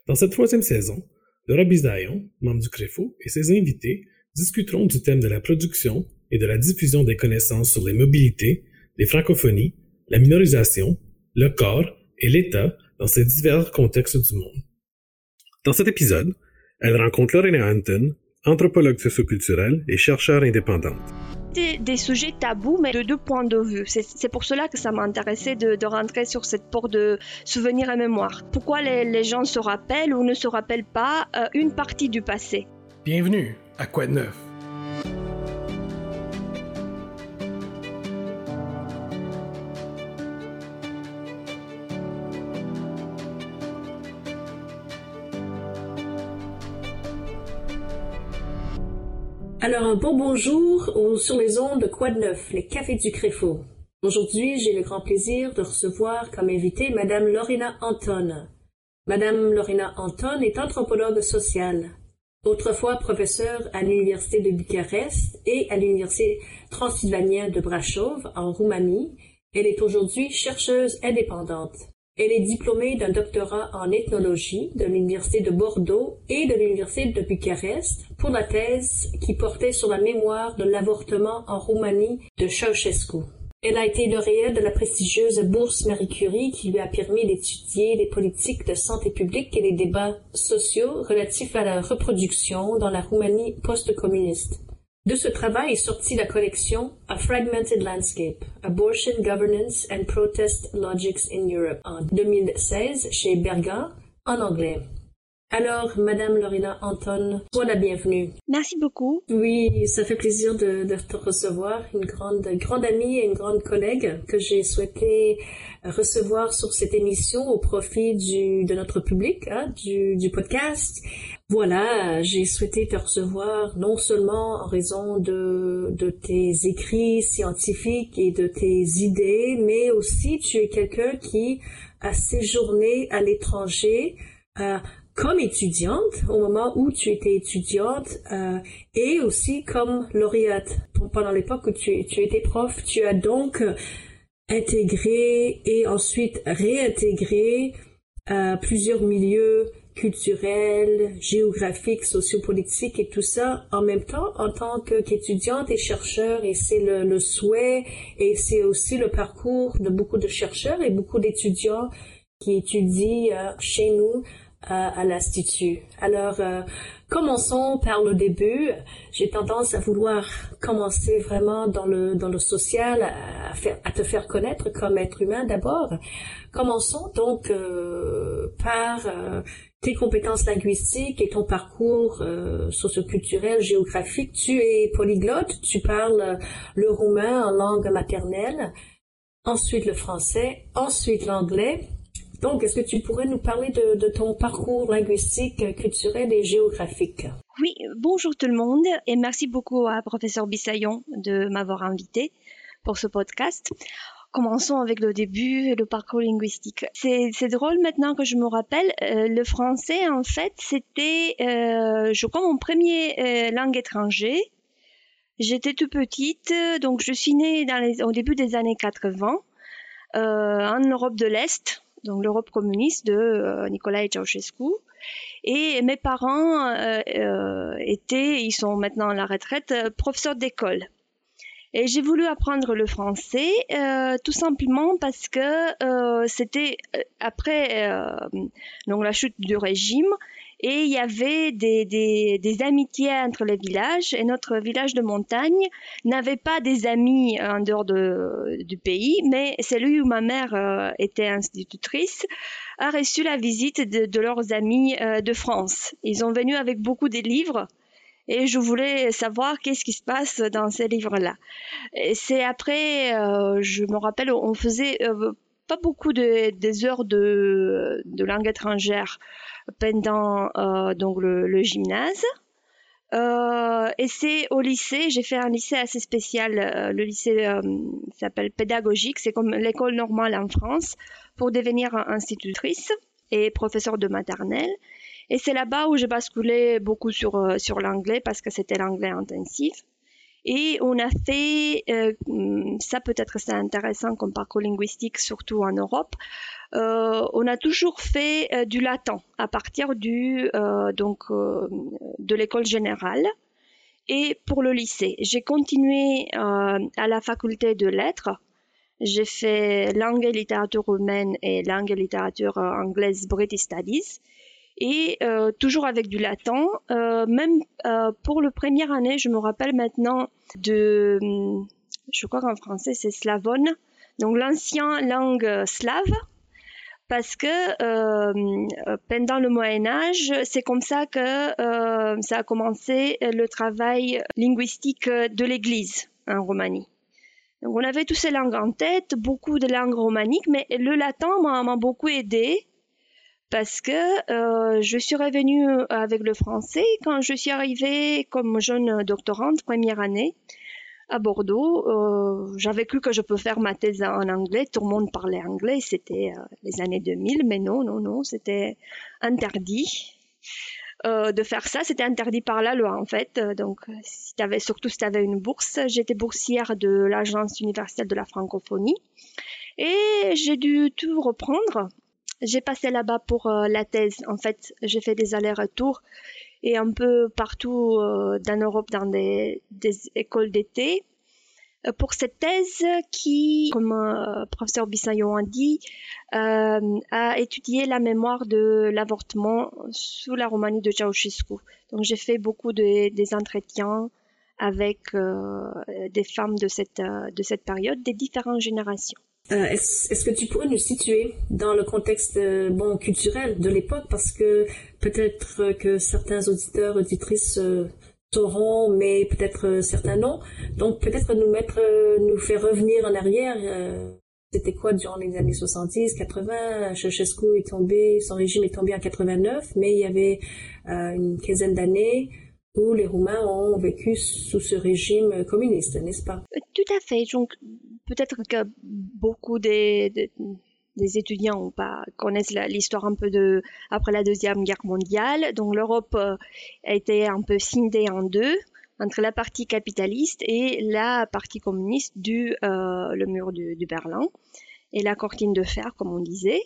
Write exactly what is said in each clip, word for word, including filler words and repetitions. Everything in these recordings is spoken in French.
Dans cette troisième saison, Laura Bisaillon, membre du CREFO, et ses invités discuteront du thème de la production et de la diffusion des connaissances sur les mobilités, les francophonies, la minorisation, le corps et l'État dans ces divers contextes du monde. Dans cet épisode, elle rencontre Lorena Anton, anthropologue socioculturelle et chercheure indépendante. Des, des sujets tabous, mais de deux points de vue. C'est, c'est pour cela que ça m'intéressait de, de rentrer sur cette porte de souvenirs et mémoire. Pourquoi les, les gens se rappellent ou ne se rappellent pas euh, une partie du passé. Bienvenue à Quoi de neuf? Alors, un bon bonjour sur les ondes de Quoi de neuf, les cafés du CREFO. Aujourd'hui, j'ai le grand plaisir de recevoir comme invitée Madame Lorena Anton. Madame Lorena Anton est anthropologue sociale, autrefois professeure à l'Université de Bucarest et à l'Université transylvanienne de Brașov en Roumanie. Elle est aujourd'hui chercheuse indépendante. Elle est diplômée d'un doctorat en ethnologie de l'Université de Bordeaux et de l'Université de Bucarest pour la thèse qui portait sur la mémoire de l'avortement en Roumanie de Ceausescu. Elle a été lauréate de la prestigieuse bourse Marie Curie qui lui a permis d'étudier les politiques de santé publique et les débats sociaux relatifs à la reproduction dans la Roumanie post-communiste. De ce travail est sortie la collection A Fragmented Landscape, Abortion, Governance and Protest Logics in Europe en deux mille seize chez Berghahn en anglais. Alors, Madame Lorena Anton, sois la bienvenue. Merci beaucoup. Oui, ça fait plaisir de, de te recevoir, une grande, grande amie et une grande collègue que j'ai souhaité recevoir sur cette émission au profit du, de notre public, hein, du, du podcast. Voilà, j'ai souhaité te recevoir non seulement en raison de, de tes écrits scientifiques et de tes idées, mais aussi tu es quelqu'un qui a séjourné à l'étranger, euh, comme étudiante, au moment où tu étais étudiante, euh, et aussi comme lauréate. Pendant l'époque où tu, tu étais prof, tu as donc intégré et ensuite réintégré euh, plusieurs milieux culturels, géographiques, sociopolitiques et tout ça en même temps en tant que, qu'étudiante et chercheur, et c'est le, le souhait et c'est aussi le parcours de beaucoup de chercheurs et beaucoup d'étudiants qui étudient euh, chez nous à, à l'Institut. Alors, euh, commençons par le début. J'ai tendance à vouloir commencer vraiment dans le dans le social, à, faire, à te faire connaître comme être humain d'abord. Commençons donc euh, par euh, tes compétences linguistiques et ton parcours euh, socioculturel, géographique. Tu es polyglotte, tu parles le roumain en langue maternelle, ensuite le français, ensuite l'anglais. Donc, est-ce que tu pourrais nous parler de, de ton parcours linguistique, culturel et géographique? Oui, bonjour tout le monde et merci beaucoup à professeur Bisaillon de m'avoir invité pour ce podcast. Commençons avec le début et le parcours linguistique. C'est, c'est drôle maintenant que je me rappelle, euh, le français en fait c'était, euh, je crois, mon premier euh, langue étrangère. J'étais toute petite, donc je suis née dans les, au début des années quatre-vingts euh, en Europe de l'Est. Donc l'Europe communiste de euh, Nicolae Ceausescu. Et mes parents euh, euh, étaient, ils sont maintenant à la retraite, euh, professeurs d'école. Et j'ai voulu apprendre le français euh, tout simplement parce que euh, c'était après euh, donc la chute du régime et il y avait des, des, des amitiés entre les villages et notre village de montagne n'avait pas des amis en dehors de, du pays, mais celui où ma mère euh, était institutrice a reçu la visite de, de leurs amis euh, de France. Ils ont venu avec beaucoup de livres. Et je voulais savoir qu'est-ce qui se passe dans ces livres-là. Et c'est après, euh, je me rappelle, on faisait euh, pas beaucoup de des heures de, de langue étrangère pendant euh, donc le, le gymnase. Euh, et c'est au lycée, j'ai fait un lycée assez spécial. Euh, le lycée euh, s'appelle pédagogique, c'est comme l'école normale en France, pour devenir institutrice et professeur de maternelle. Et c'est là-bas où j'ai basculé beaucoup sur, euh, sur l'anglais parce que c'était l'anglais intensif. Et on a fait, euh, ça peut-être c'est intéressant comme parcours linguistique, surtout en Europe, euh, on a toujours fait euh, du latin à partir du, euh, donc, euh, de l'école générale. Et pour le lycée, j'ai continué euh, à la faculté de lettres. J'ai fait langue et littérature humaine et langue et littérature anglaise, British Studies. Et euh, toujours avec du latin, euh, même euh, pour le première année, je me rappelle maintenant de, je crois qu'en français c'est slavone, donc l'ancienne langue slave, parce que euh, pendant le Moyen-Âge, c'est comme ça que euh, ça a commencé le travail linguistique de l'Église en Roumanie. Donc on avait toutes ces langues en tête, beaucoup de langues romaniques, mais le latin m'a, m'a beaucoup aidé. Parce que euh, je suis revenue avec le français quand je suis arrivée comme jeune doctorante, première année, à Bordeaux. Euh, j'avais cru que je peux faire ma thèse en anglais. Tout le monde parlait anglais. C'était euh, les années deux mille, mais non, non, non, c'était interdit euh, de faire ça. C'était interdit par la loi, en fait. Donc, si t'avais, surtout si tu avais une bourse. J'étais boursière de l'Agence universelle de la francophonie. Et j'ai dû tout reprendre. J'ai passé là-bas pour euh, la thèse. En fait, j'ai fait des allers-retours et un peu partout euh, dans l'Europe dans des, des écoles d'été. Euh, pour cette thèse qui, comme euh, professeur Bissaillon a dit, euh, a étudié la mémoire de l'avortement sous la Roumanie de Ceausescu. Donc j'ai fait beaucoup de, des entretiens avec euh, des femmes de cette, euh, de cette période, des différentes générations. Euh, est-ce, est-ce que tu pourrais nous situer dans le contexte euh, bon culturel de l'époque, parce que peut-être que certains auditeurs auditrices euh, sauront, mais peut-être euh, certains non. Donc peut-être nous mettre, euh, nous faire revenir en arrière. Euh, c'était quoi durant les années soixante-dix, quatre-vingts? Ceausescu est tombé, son régime est tombé en quatre-vingt-neuf, mais il y avait euh, une quinzaine d'années où les Roumains ont vécu sous ce régime communiste, n'est-ce pas? Tout à fait. Donc peut-être que beaucoup des, des, des étudiants ou pas connaissent la, l'histoire un peu de après la Deuxième Guerre mondiale. Donc l'Europe euh, a été un peu scindée en deux entre la partie capitaliste et la partie communiste du euh, le mur du, du Berlin et la cortine de fer, comme on disait.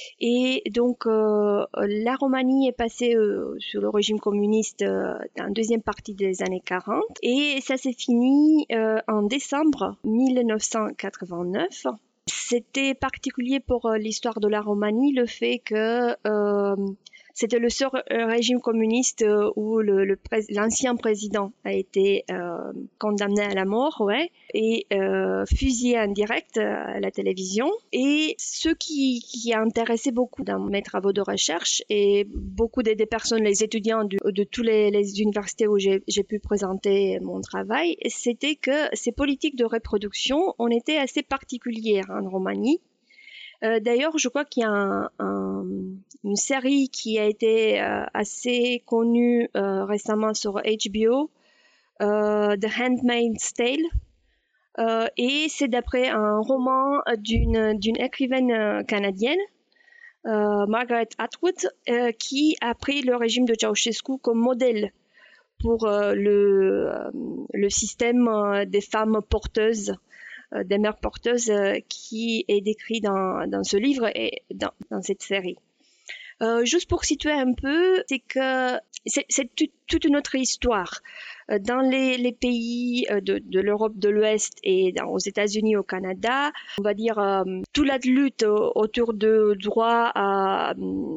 Et donc, euh, la Roumanie est passée euh, sur le régime communiste euh, dans la deuxième partie des années quarante. Et ça s'est fini euh, en décembre dix-neuf cent quatre-vingt-neuf. C'était particulier pour euh, l'histoire de la Roumanie, le fait que euh, c'était le seul régime communiste où le, le pré- l'ancien président a été euh, condamné à la mort, ouais, et euh, fusillé en direct à la télévision. Et ce qui, qui a intéressé beaucoup dans mes travaux de recherche et beaucoup des, des personnes, les étudiants du, de toutes les, les universités où j'ai, j'ai pu présenter mon travail, c'était que ces politiques de reproduction ont été assez particulières en Roumanie. Euh, d'ailleurs, je crois qu'il y a un, un, une série qui a été euh, assez connue euh, récemment sur H B O, euh, The Handmaid's Tale, euh, et c'est d'après un roman d'une, d'une écrivaine canadienne, euh, Margaret Atwood, euh, qui a pris le régime de Ceausescu comme modèle pour euh, le, euh, le système euh, des femmes porteuses, des mères porteuses euh, qui est décrit dans, dans ce livre et dans, dans cette série. Euh, juste pour situer un peu, c'est que c'est, c'est tout, toute une autre histoire. Euh, dans les, les pays de, de l'Europe de l'Ouest et dans, aux États-Unis, au Canada, on va dire euh, toute la lutte autour du droit à,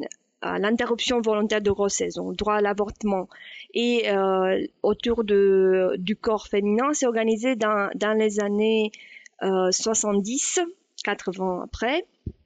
à l'interruption volontaire de grossesse, donc droit à l'avortement, et euh, autour de, du corps féminin, c'est organisé dans, dans les années Euh, soixante-dix, quatre-vingts après,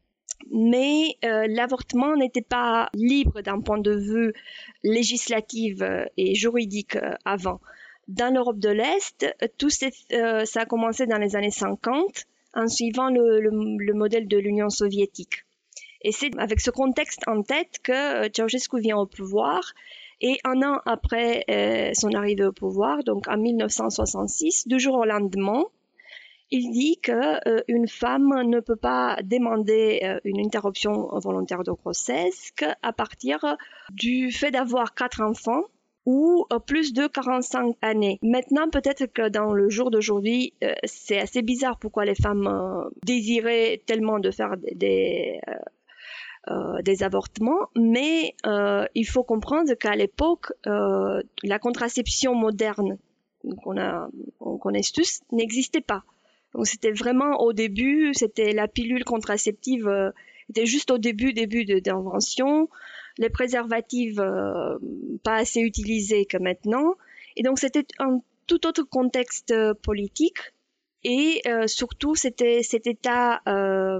mais euh, l'avortement n'était pas libre d'un point de vue législatif et juridique euh, avant. Dans l'Europe de l'Est, tout euh, ça a commencé dans les années cinquante en suivant le, le, le modèle de l'Union soviétique. Et c'est avec ce contexte en tête que Ceausescu vient au pouvoir. Et un an après euh, son arrivée au pouvoir, donc en dix-neuf cent soixante-six, du jour au lendemain, il dit qu'une euh, femme ne peut pas demander euh, une interruption volontaire de grossesse qu'à partir du fait d'avoir quatre enfants ou euh, plus de quarante-cinq années. Maintenant, peut-être que dans le jour d'aujourd'hui, euh, c'est assez bizarre pourquoi les femmes euh, désiraient tellement de faire des, des, euh, euh, des avortements, mais euh, il faut comprendre qu'à l'époque, euh, la contraception moderne qu'on a, on connaît tous, n'existait pas. Donc c'était vraiment au début, c'était la pilule contraceptive, euh, c'était juste au début, début de d'invention. Les préservatifs euh, pas assez utilisés que maintenant. Et donc c'était un tout autre contexte euh, politique et euh, surtout c'était cet État euh,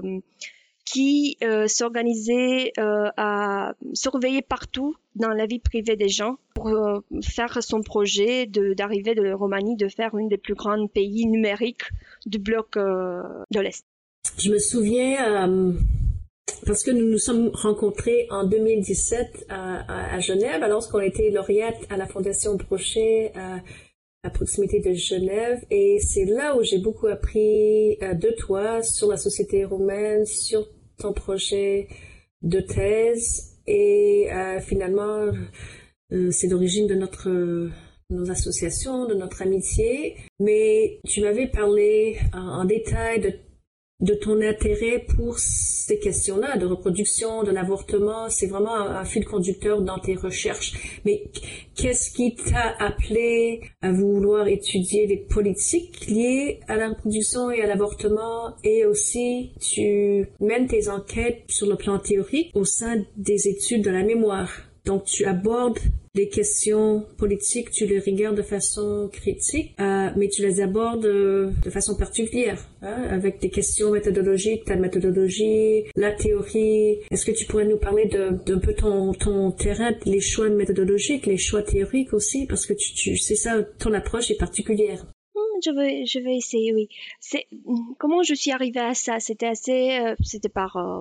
qui euh, s'organisait euh, à surveiller partout dans la vie privée des gens pour euh, faire son projet de, d'arriver de la Roumanie, de faire une des plus grands pays numériques du bloc euh, de l'Est. Je me souviens, euh, parce que nous nous sommes rencontrés en deux mille dix-sept à, à, à Genève, alors qu'on était lauréate à la Fondation Brochet à, à proximité de Genève. Et c'est là où j'ai beaucoup appris euh, de toi sur la société roumaine, sur ton projet de thèse. Et euh, finalement, euh, c'est l'origine de notre... Euh, nos associations, de notre amitié, mais tu m'avais parlé en, en détail de, de ton intérêt pour ces questions-là, de reproduction, de l'avortement. C'est vraiment un, un fil conducteur dans tes recherches. Mais qu'est-ce qui t'a appelé à vouloir étudier les politiques liées à la reproduction et à l'avortement, et aussi tu mènes tes enquêtes sur le plan théorique au sein des études de la mémoire. Donc tu abordes les questions politiques, tu les regardes de façon critique, euh, mais tu les abordes euh, de façon particulière, hein, avec des questions méthodologiques, ta méthodologie, la théorie. Est-ce que tu pourrais nous parler de, d'un peu ton, ton terrain, les choix méthodologiques, les choix théoriques aussi, parce que tu, tu c'est ça, ton approche est particulière. Je vais, je vais essayer, oui. C'est, comment je suis arrivée à ça? C'était assez, euh, c'était par, euh,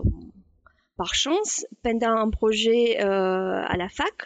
par chance, pendant un projet euh, à la fac.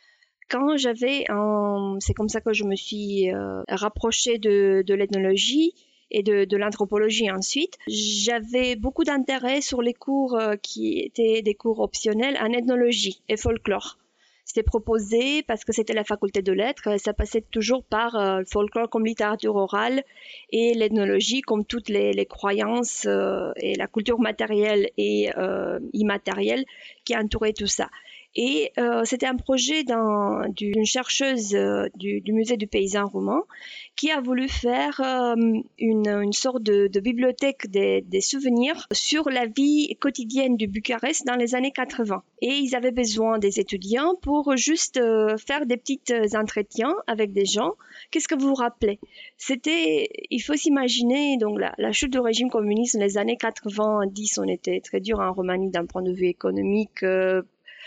Quand j'avais un, c'est comme ça que je me suis euh, rapprochée de, de l'ethnologie et de, de l'anthropologie ensuite. J'avais beaucoup d'intérêt sur les cours euh, qui étaient des cours optionnels en ethnologie et folklore. C'était proposé parce que c'était la faculté de lettres. Ça passait toujours par euh, le folklore comme littérature orale et l'ethnologie comme toutes les, les croyances euh, et la culture matérielle et euh, immatérielle qui entouraient tout ça. Et euh, c'était un projet d'un, d'une chercheuse euh, du, du musée du paysan roumain qui a voulu faire euh, une, une sorte de, de bibliothèque des, des souvenirs sur la vie quotidienne de Bucarest dans les années quatre-vingts. Et ils avaient besoin des étudiants pour juste euh, faire des petits entretiens avec des gens. Qu'est-ce que vous vous rappelez? C'était, il faut s'imaginer, donc la, la chute du régime communiste dans les années quatre-vingt-dix, on était très dur en Roumanie d'un point de vue économique, euh,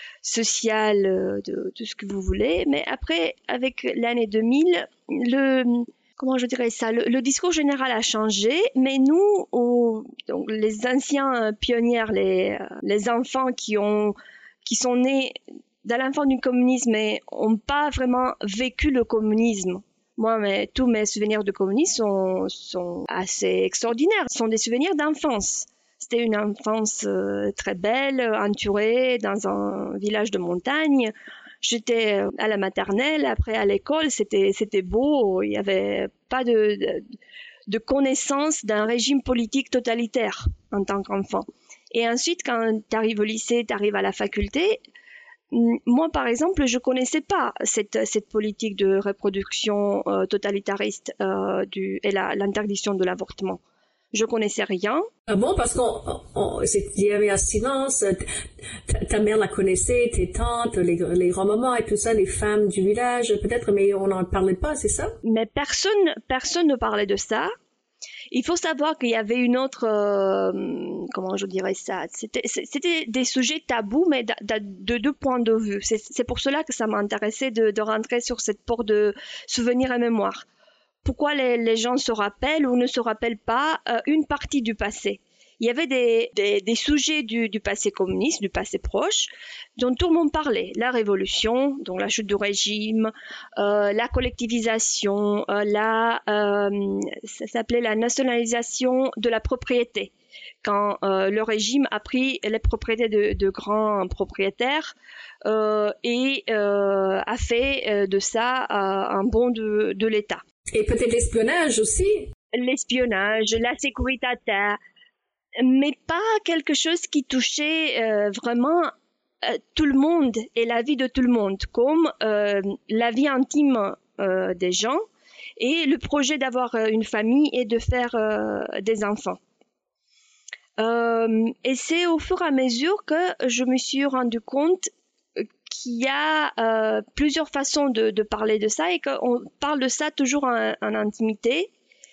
social, de tout ce que vous voulez. Mais après, avec l'année deux mille, le, comment je dirais ça, le, le discours général a changé, mais nous, au, donc les anciens pionniers, les, les enfants qui ont, qui sont nés dans l'enfant du communisme mais n'ont pas vraiment vécu le communisme. Moi, mais, tous mes souvenirs de communisme sont, sont assez extraordinaires. Ce sont des souvenirs d'enfance. C'était une enfance euh, très belle, entourée dans un village de montagne. J'étais à la maternelle, après à l'école, c'était c'était beau. Il n'y avait pas de, de, de connaissance d'un régime politique totalitaire en tant qu'enfant. Et ensuite, quand tu arrives au lycée, tu arrives à la faculté, moi, par exemple, je connaissais pas cette, cette politique de reproduction euh, totalitariste euh, du, et la, l'interdiction de l'avortement. Je connaissais rien. Ah bon, parce qu'on, on, il y avait un silence. Ta, ta mère la connaissait, tes tantes, les, les grands-mamans et tout ça, les femmes du village, peut-être, mais on n'en parlait pas, c'est ça? Mais personne, personne ne parlait de ça. Il faut savoir qu'il y avait une autre, euh, comment je dirais ça, c'était, c'était des sujets tabous, mais de, de, de deux points de vue. C'est, c'est pour cela que ça m'intéressait de, de rentrer sur cette porte de souvenirs et mémoire. Pourquoi les, les gens se rappellent ou ne se rappellent pas euh, une partie du passé. Il y avait des, des, des sujets du, du passé communiste, du passé proche, dont tout le monde parlait. La révolution, donc la chute du régime, euh, la collectivisation, euh, la, euh, ça s'appelait la nationalisation de la propriété. Quand euh, le régime a pris les propriétés de, de grands propriétaires euh, et euh, a fait euh, de ça euh, un bon de, de l'État. Et peut-être l'espionnage aussi. L'espionnage, la sécurité, mais pas quelque chose qui touchait euh, vraiment euh, tout le monde et la vie de tout le monde, comme euh, la vie intime euh, des gens et le projet d'avoir euh, une famille et de faire euh, des enfants. Euh, et c'est au fur et à mesure que je me suis rendu compte qu'il y a euh, plusieurs façons de, de parler de ça et qu'on parle de ça toujours en, en intimité.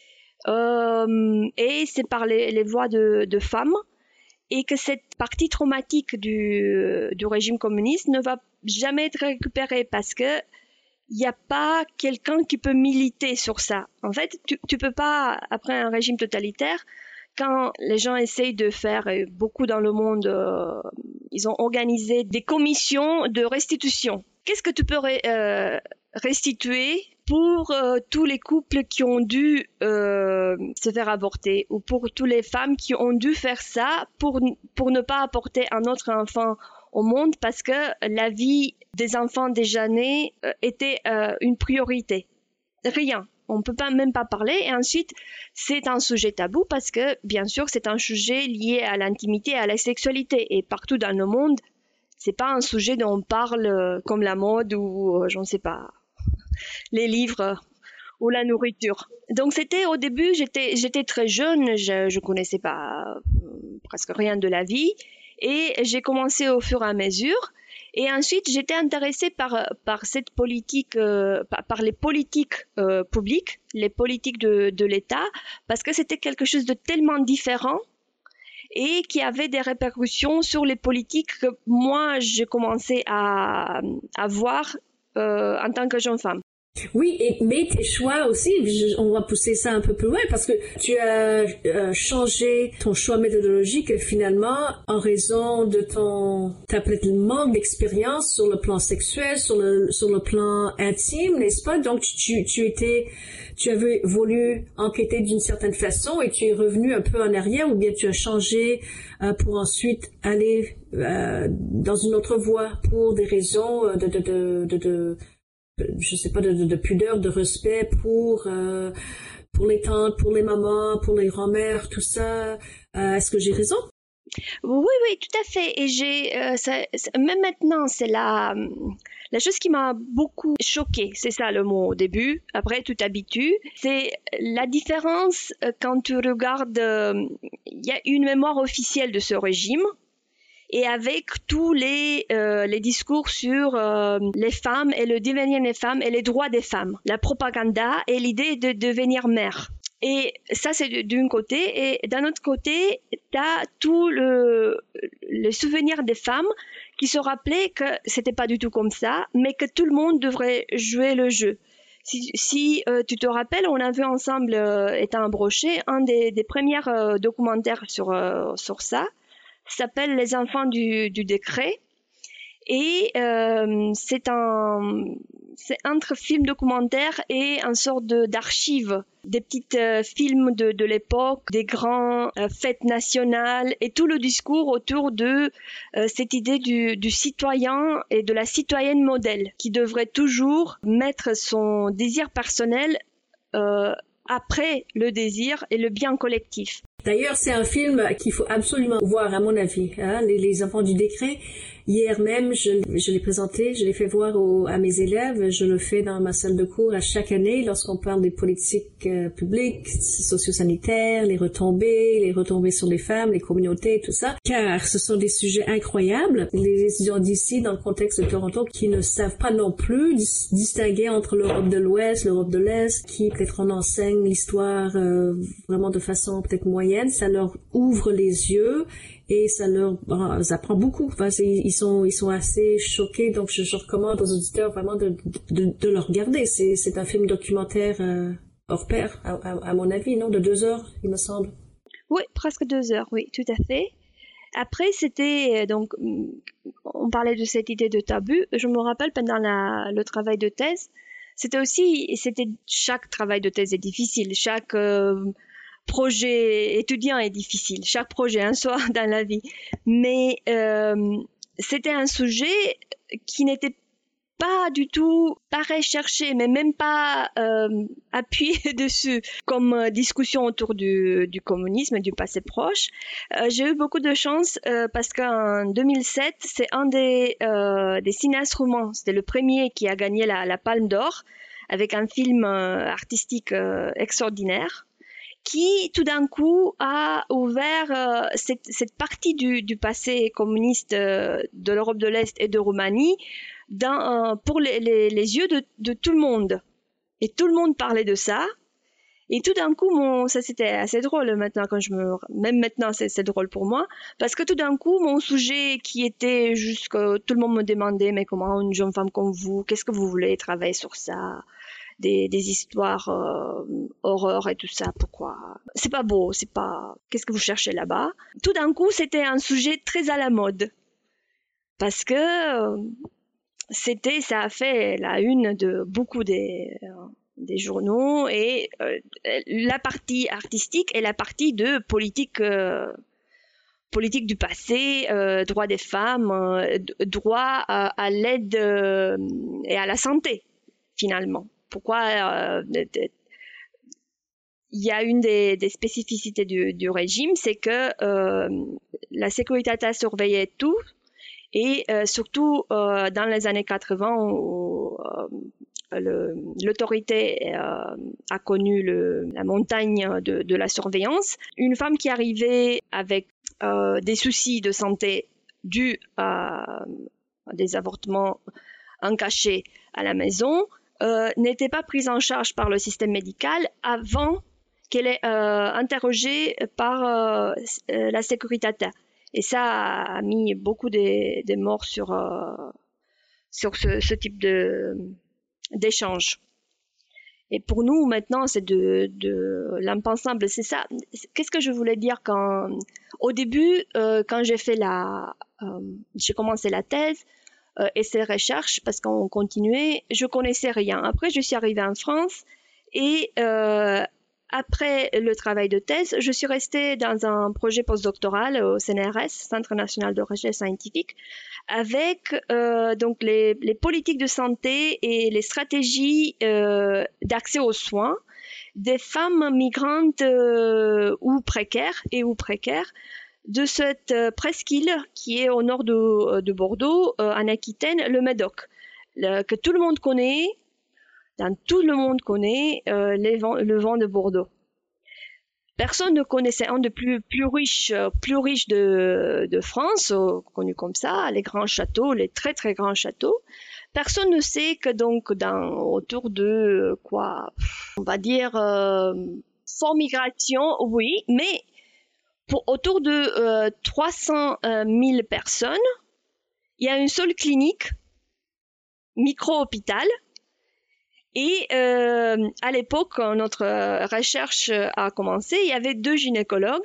Euh, et c'est par les, les voix de, de femmes, et que cette partie traumatique du, du régime communiste ne va jamais être récupérée parce que il n'y a pas quelqu'un qui peut militer sur ça. En fait, tu tu peux pas, après un régime totalitaire, quand les gens essayent de faire, et beaucoup dans le monde, euh, ils ont organisé des commissions de restitution. Qu'est-ce que tu peux ré, euh, restituer pour euh, tous les couples qui ont dû euh, se faire avorter, ou pour toutes les femmes qui ont dû faire ça pour, pour ne pas apporter un autre enfant au monde parce que la vie des enfants déjà nés euh, était euh, une priorité. Rien. On ne peut pas, même pas parler. Et ensuite, c'est un sujet tabou parce que, bien sûr, c'est un sujet lié à l'intimité et à la sexualité. Et partout dans le monde, c'est pas un sujet dont on parle euh, comme la mode ou, euh, je ne sais pas, les livres ou la nourriture. Donc c'était au début, j'étais j'étais très jeune, je je connaissais pas euh, presque rien de la vie et j'ai commencé au fur et à mesure. Et ensuite, j'étais intéressée par par cette politique, euh, par, par les politiques euh, publiques, les politiques de de l'État, parce que c'était quelque chose de tellement différent et qui avait des répercussions sur les politiques que moi j'ai commencé à à voir euh, en tant que jeune femme. Oui, et, mais tes choix aussi, je, on va pousser ça un peu plus loin parce que tu as euh, changé ton choix méthodologique finalement en raison de ton ta peut-être manque d'expérience sur le plan sexuel, sur le sur le plan intime, n'est-ce pas? Donc tu tu étais tu avais voulu enquêter d'une certaine façon et tu es revenu un peu en arrière ou bien tu as changé euh, pour ensuite aller euh, dans une autre voie pour des raisons de de de de, de je sais pas, de, de, de pudeur, de respect pour euh, pour les tantes, pour les mamans, pour les grand-mères, tout ça. Euh, est-ce que j'ai raison? Oui, oui, tout à fait. Et j'ai, euh, ça, même maintenant, c'est la la chose qui m'a beaucoup choquée. C'est ça le mot au début. Après, tu t'habitues. C'est la différence quand tu regardes. Il euh, y a une mémoire officielle de ce régime. Et avec tous les euh, les discours sur euh, les femmes et le devenir des femmes et les droits des femmes, la propagande et l'idée de devenir mère. Et ça, c'est d'un côté. Et d'un autre côté, tu as tout le, le souvenir des femmes qui se rappelaient que c'était pas du tout comme ça, mais que tout le monde devrait jouer le jeu. Si, si euh, tu te rappelles, on a vu ensemble, euh, étant broché, un des, des premiers euh, documentaires sur, euh, sur ça. S'appelle Les enfants du, du décret et euh, c'est un c'est entre film documentaire et un sorte de d'archives, des petits euh, films de de l'époque, des grands euh, fêtes nationales et tout le discours autour de euh, cette idée du du citoyen et de la citoyenne modèle qui devrait toujours mettre son désir personnel euh, après le désir et le bien collectif. D'ailleurs, c'est un film qu'il faut absolument voir, à mon avis, hein, les, les enfants du décret. Hier même, je, je l'ai présenté, je l'ai fait voir au, à mes élèves. Je le fais dans ma salle de cours à chaque année lorsqu'on parle des politiques euh, publiques, socio-sanitaires, les retombées, les retombées sur les femmes, les communautés, tout ça. Car ce sont des sujets incroyables. Les étudiants d'ici, dans le contexte de Toronto, qui ne savent pas non plus dis- distinguer entre l'Europe de l'Ouest, l'Europe de l'Est, qui peut-être on enseigne l'histoire euh, vraiment de façon peut-être moyenne, ça leur ouvre les yeux. Et ça leur bon, ça apprend beaucoup. Enfin, ils sont ils sont assez choqués. Donc je, je recommande aux auditeurs vraiment de de, de le regarder. C'est c'est un film documentaire euh, hors pair à, à, à mon avis, non, de deux heures, il me semble. Oui, presque deux heures. Oui, tout à fait. Après, c'était donc on parlait de cette idée de tabou. Je me rappelle pendant la, le travail de thèse, c'était aussi c'était chaque travail de thèse est difficile. Chaque euh, projet étudiant est difficile, chaque projet en soi dans la vie, mais euh, c'était un sujet qui n'était pas du tout, pas recherché, mais même pas euh, appuyé dessus comme euh, discussion autour du, du communisme et du passé proche. Euh, j'ai eu beaucoup de chance euh, parce qu'en deux mille sept, c'est un des, euh, des cinéastes roumains, c'était le premier qui a gagné la, la Palme d'Or avec un film euh, artistique euh, extraordinaire, qui tout d'un coup a ouvert euh, cette, cette partie du, du passé communiste euh, de l'Europe de l'Est et de Roumanie dans, euh, pour les, les, les yeux de, de tout le monde. Et tout le monde parlait de ça. Et tout d'un coup, mon, ça c'était assez drôle maintenant quand je me, même maintenant c'est, c'est drôle pour moi, parce que tout d'un coup, mon sujet qui était juste que tout le monde me demandait, mais comment une jeune femme comme vous, qu'est-ce que vous voulez travailler sur ça? Des, des histoires euh, horreur et tout ça, pourquoi c'est pas beau, c'est pas qu'est-ce que vous cherchez là-bas. Tout d'un coup, c'était un sujet très à la mode parce que euh, c'était, ça a fait la une de beaucoup des euh, des journaux et euh, la partie artistique et la partie de politique euh, politique du passé, euh, droit des femmes, euh, droit à, à l'aide euh, et à la santé finalement. Pourquoi euh, il y a une des, des spécificités du, du régime, c'est que euh, la Securitate surveillait tout et euh, surtout euh, dans les années quatre-vingts où euh, le, l'autorité euh, a connu le, la montagne de, de la surveillance. Une femme qui arrivait avec euh, des soucis de santé dus à, à des avortements en cachet à la maison Euh, n'était pas prise en charge par le système médical avant qu'elle est euh, interrogée par euh, la Securitate. Et ça a mis beaucoup de, de morts sur, euh, sur ce, ce type de, d'échange. Et pour nous, maintenant, c'est de, de l'impensable. C'est ça. Qu'est-ce que je voulais dire quand, au début, euh, quand j'ai fait la, euh, j'ai commencé la thèse, Euh, et ces recherches, parce qu'on continuait, je connaissais rien. Après, je suis arrivée en France et euh, après le travail de thèse, je suis restée dans un projet postdoctoral au C N R S, Centre national de recherche scientifique, avec euh, donc les, les politiques de santé et les stratégies euh, d'accès aux soins des femmes migrantes euh, ou précaires et ou précaires de cette euh, presqu'île qui est au nord de, de Bordeaux, euh, en Aquitaine, le Médoc, le, que tout le monde connaît, dans tout le monde connaît euh, les vents, le vent de Bordeaux. Personne ne connaissait un des plus, plus riches, plus riches de, de France, euh, connu comme ça, les grands châteaux, les très très grands châteaux. Personne ne sait que donc dans, autour de quoi, on va dire, euh, sans migration, oui, mais pour autour de euh, trois cent mille personnes, il y a une seule clinique, micro-hôpital. Et euh, à l'époque, quand notre recherche a commencé, il y avait deux gynécologues.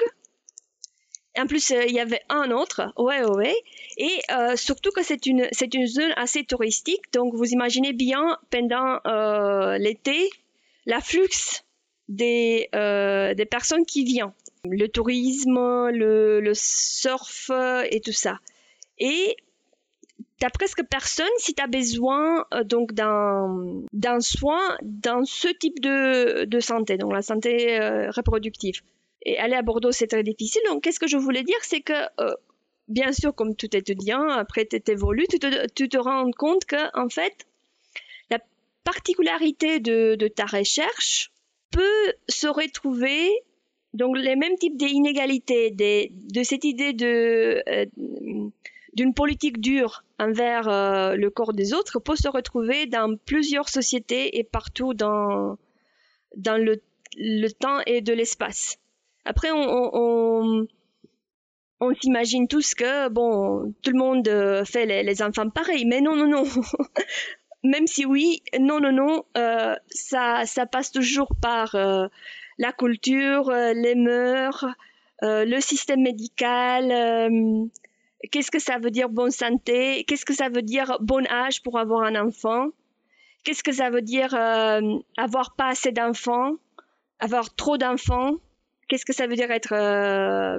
En plus, euh, il y avait un autre, ouais, ouais, ouais. Et euh, surtout que c'est une, c'est une zone assez touristique. Donc, vous imaginez bien, pendant euh, l'été, l'afflux des, euh, des personnes qui viennent. Le tourisme, le, le surf et tout ça. Et t'as presque personne si t'as besoin euh, donc d'un, d'un soin dans ce type de, de santé, donc la santé euh, reproductive. Et aller à Bordeaux, c'est très difficile. Donc, qu'est-ce que je voulais dire, c'est que, euh, bien sûr, comme tout étudiant, après t'évolues, tu te, tu te rends compte que, en fait, la particularité de, de ta recherche peut se retrouver donc les mêmes types d'inégalités, des, de cette idée de, euh, d'une politique dure envers euh, le corps des autres peut se retrouver dans plusieurs sociétés et partout dans, dans le, le temps et de l'espace. Après, on, on, on, on s'imagine tous que bon, tout le monde fait les, les enfants pareils, mais non, non, non. Même si oui, non, non, non, euh, ça, ça passe toujours par euh, la culture, euh, les mœurs, euh, le système médical, euh, qu'est-ce que ça veut dire bonne santé, qu'est-ce que ça veut dire bon âge pour avoir un enfant, qu'est-ce que ça veut dire euh, avoir pas assez d'enfants, avoir trop d'enfants, qu'est-ce que ça veut dire être euh,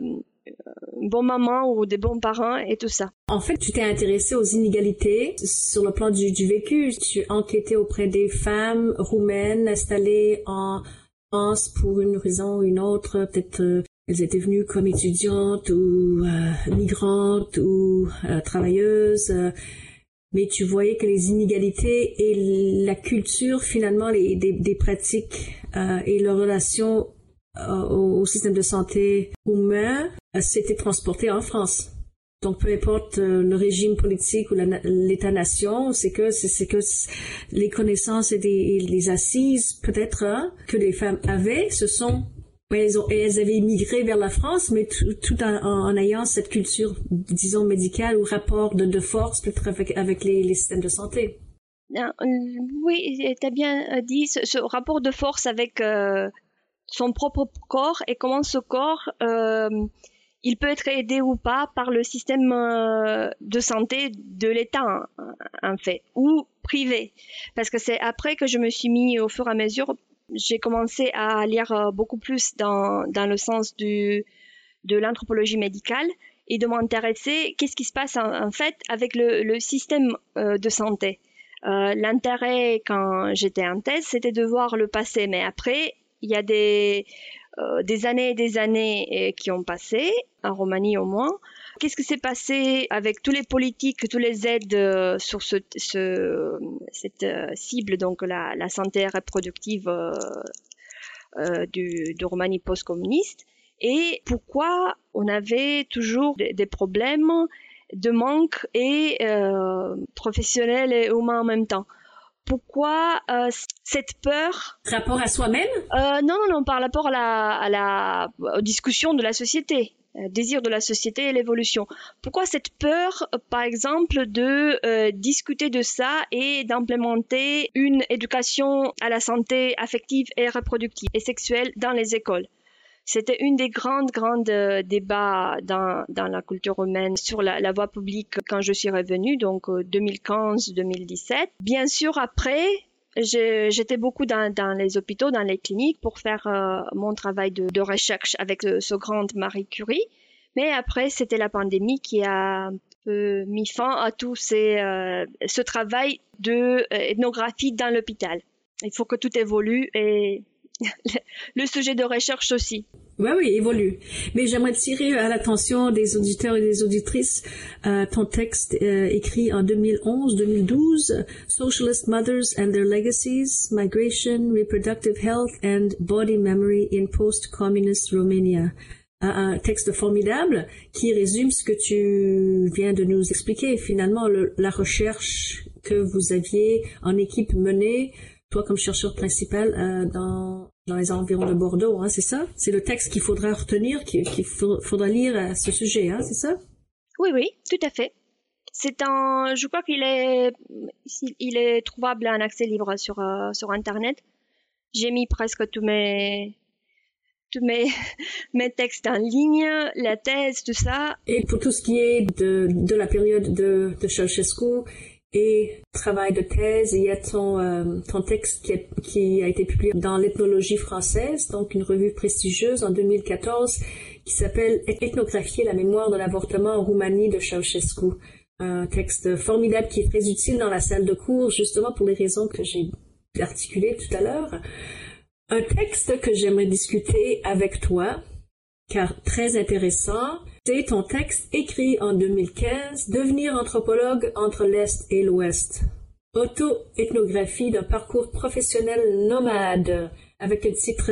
une bonne maman ou des bons parents et tout ça. En fait, tu t'es intéressée aux inégalités sur le plan du, du vécu. Tu enquêtais auprès des femmes roumaines installées en France pour une raison ou une autre. Peut-être euh, elles étaient venues comme étudiantes ou euh, migrantes ou euh, travailleuses. Euh, mais tu voyais que les inégalités et la culture, finalement, les, des, des pratiques euh, et leurs relations euh, au, au système de santé humain euh, s'étaient transportées en France. Donc, peu importe euh, le régime politique ou la, l'État-nation, c'est que c'est, c'est que les connaissances et, des, et les assises, peut-être, hein, que les femmes avaient, ce sont elles, ont, elles avaient immigré vers la France, mais tout, tout en, en ayant cette culture, disons, médicale ou rapport de, de force, peut-être avec, avec les, les systèmes de santé. Oui, tu as bien dit ce, ce rapport de force avec euh, son propre corps et comment ce corps, euh, il peut être aidé ou pas par le système euh, de santé de l'État, en, en fait, ou privé. Parce que c'est après que je me suis mis au fur et à mesure, j'ai commencé à lire beaucoup plus dans, dans le sens du, de l'anthropologie médicale et de m'intéresser qu'est-ce qui se passe en, en fait avec le, le système euh, de santé. Euh, l'intérêt quand j'étais en thèse, c'était de voir le passé, mais après, il y a des, euh, des années et des années qui ont passé, en Roumanie au moins. Qu'est-ce qui s'est passé avec tous les politiques, tous les aides euh, sur ce, ce, cette euh, cible, donc la, la santé reproductive euh, euh, du, de Roumanie post-communiste, et pourquoi on avait toujours des, des problèmes de manque et euh, professionnel et humain en même temps. Pourquoi euh, cette peur? Rapport à soi-même? euh, Non, non, non, par rapport à la, à la aux discussions de la société. Désir de la société et l'évolution. Pourquoi cette peur, par exemple, de euh, discuter de ça et d'implémenter une éducation à la santé affective et reproductive et sexuelle dans les écoles? C'était une des grandes, grandes euh, débats dans, dans la culture humaine sur la, la voie publique quand je suis revenue, donc euh, deux mille quinze deux mille dix-sept. Bien sûr, après, je, j'étais beaucoup dans, dans les hôpitaux, dans les cliniques pour faire euh, mon travail de, de recherche avec euh, ce grand Marie Curie. Mais après, c'était la pandémie qui a un peu mis fin à tout ces, euh, ce travail de euh, ethnographie dans l'hôpital. Il faut que tout évolue et le sujet de recherche aussi. Oui, oui, évolue. Mais j'aimerais tirer à l'attention des auditeurs et des auditrices euh, ton texte euh, écrit en deux mille onze deux mille douze, Socialist Mothers and Their Legacies, Migration, Reproductive Health and Body Memory in Post-Communist Romania. Un, un texte formidable qui résume ce que tu viens de nous expliquer. Finalement, le, la recherche que vous aviez en équipe menée, toi comme chercheur principal euh, dans dans les environs de Bordeaux, hein, c'est ça? C'est le texte qu'il faudra retenir, qu'il, qu'il faudra lire à ce sujet, hein, c'est ça? Oui, oui, tout à fait. C'est un, je crois qu'il est, il est trouvable en accès libre sur euh, sur Internet. J'ai mis presque tous mes tous mes mes textes en ligne, la thèse, tout ça. Et pour tout ce qui est de de la période de de Ceausescu et travail de thèse, il y a ton, euh, ton texte qui a, qui a été publié dans l'ethnologie française, donc une revue prestigieuse en deux mille quatorze, qui s'appelle Ethnographier la mémoire de l'avortement en Roumanie de Ceausescu. Un texte formidable qui est très utile dans la salle de cours, justement pour les raisons que j'ai articulées tout à l'heure. Un texte que j'aimerais discuter avec toi, car très intéressant, c'est ton texte écrit en deux mille quinze, Devenir anthropologue entre l'Est et l'Ouest. Auto-ethnographie d'un parcours professionnel nomade, avec un titre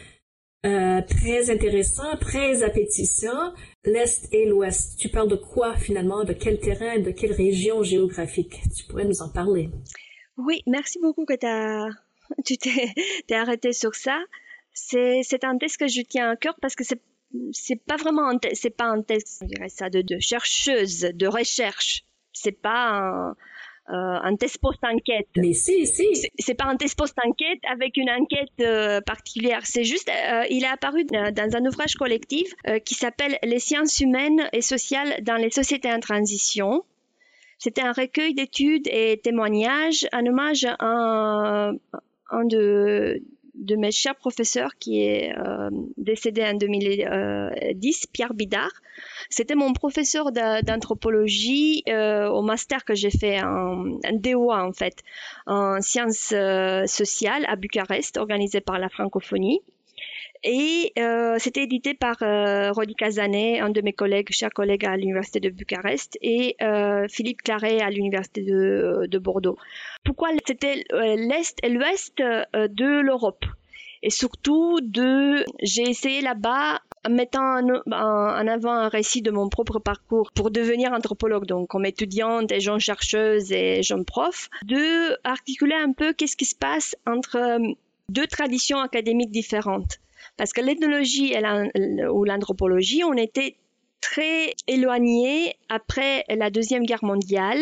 euh, très intéressant, très appétissant, l'Est et l'Ouest. Tu parles de quoi finalement, de quel terrain, de quelle région géographique? Tu pourrais nous en parler? Oui, merci beaucoup que t'as, tu t'es, t'es arrêté sur ça. C'est, c'est un texte que je tiens à cœur parce que c'est c'est pas vraiment un te- c'est pas un texte, on dirait ça, de, de chercheuse, de recherche. C'est pas un, euh, un test post-enquête. Mais si, si. C'est, c'est pas un test post-enquête avec une enquête euh, particulière. C'est juste, euh, il est apparu dans un ouvrage collectif euh, qui s'appelle Les sciences humaines et sociales dans les sociétés en transition. C'était un recueil d'études et témoignages en hommage à un, un de de mes chers professeurs qui est euh, décédé en deux mille dix, Pierre Bidard. C'était mon professeur d'anthropologie euh, au master que j'ai fait en, en D O A en fait, en sciences euh, sociales à Bucarest, organisé par la francophonie. Et euh, c'était édité par euh, Rodi Cazanet, un de mes collègues, chers collègues à l'université de Bucarest, et euh, Philippe Claret à l'université de, de Bordeaux. Pourquoi c'était euh, l'Est et l'Ouest euh, de l'Europe? Et surtout, de, j'ai essayé là-bas, en mettant en, en, en avant un récit de mon propre parcours pour devenir anthropologue, donc comme étudiante et jeune chercheuse et jeune prof, de articuler un peu qu'est-ce qui se passe entre deux traditions académiques différentes. Parce que l'ethnologie et la, ou l'anthropologie, on était très éloignés après la Deuxième Guerre mondiale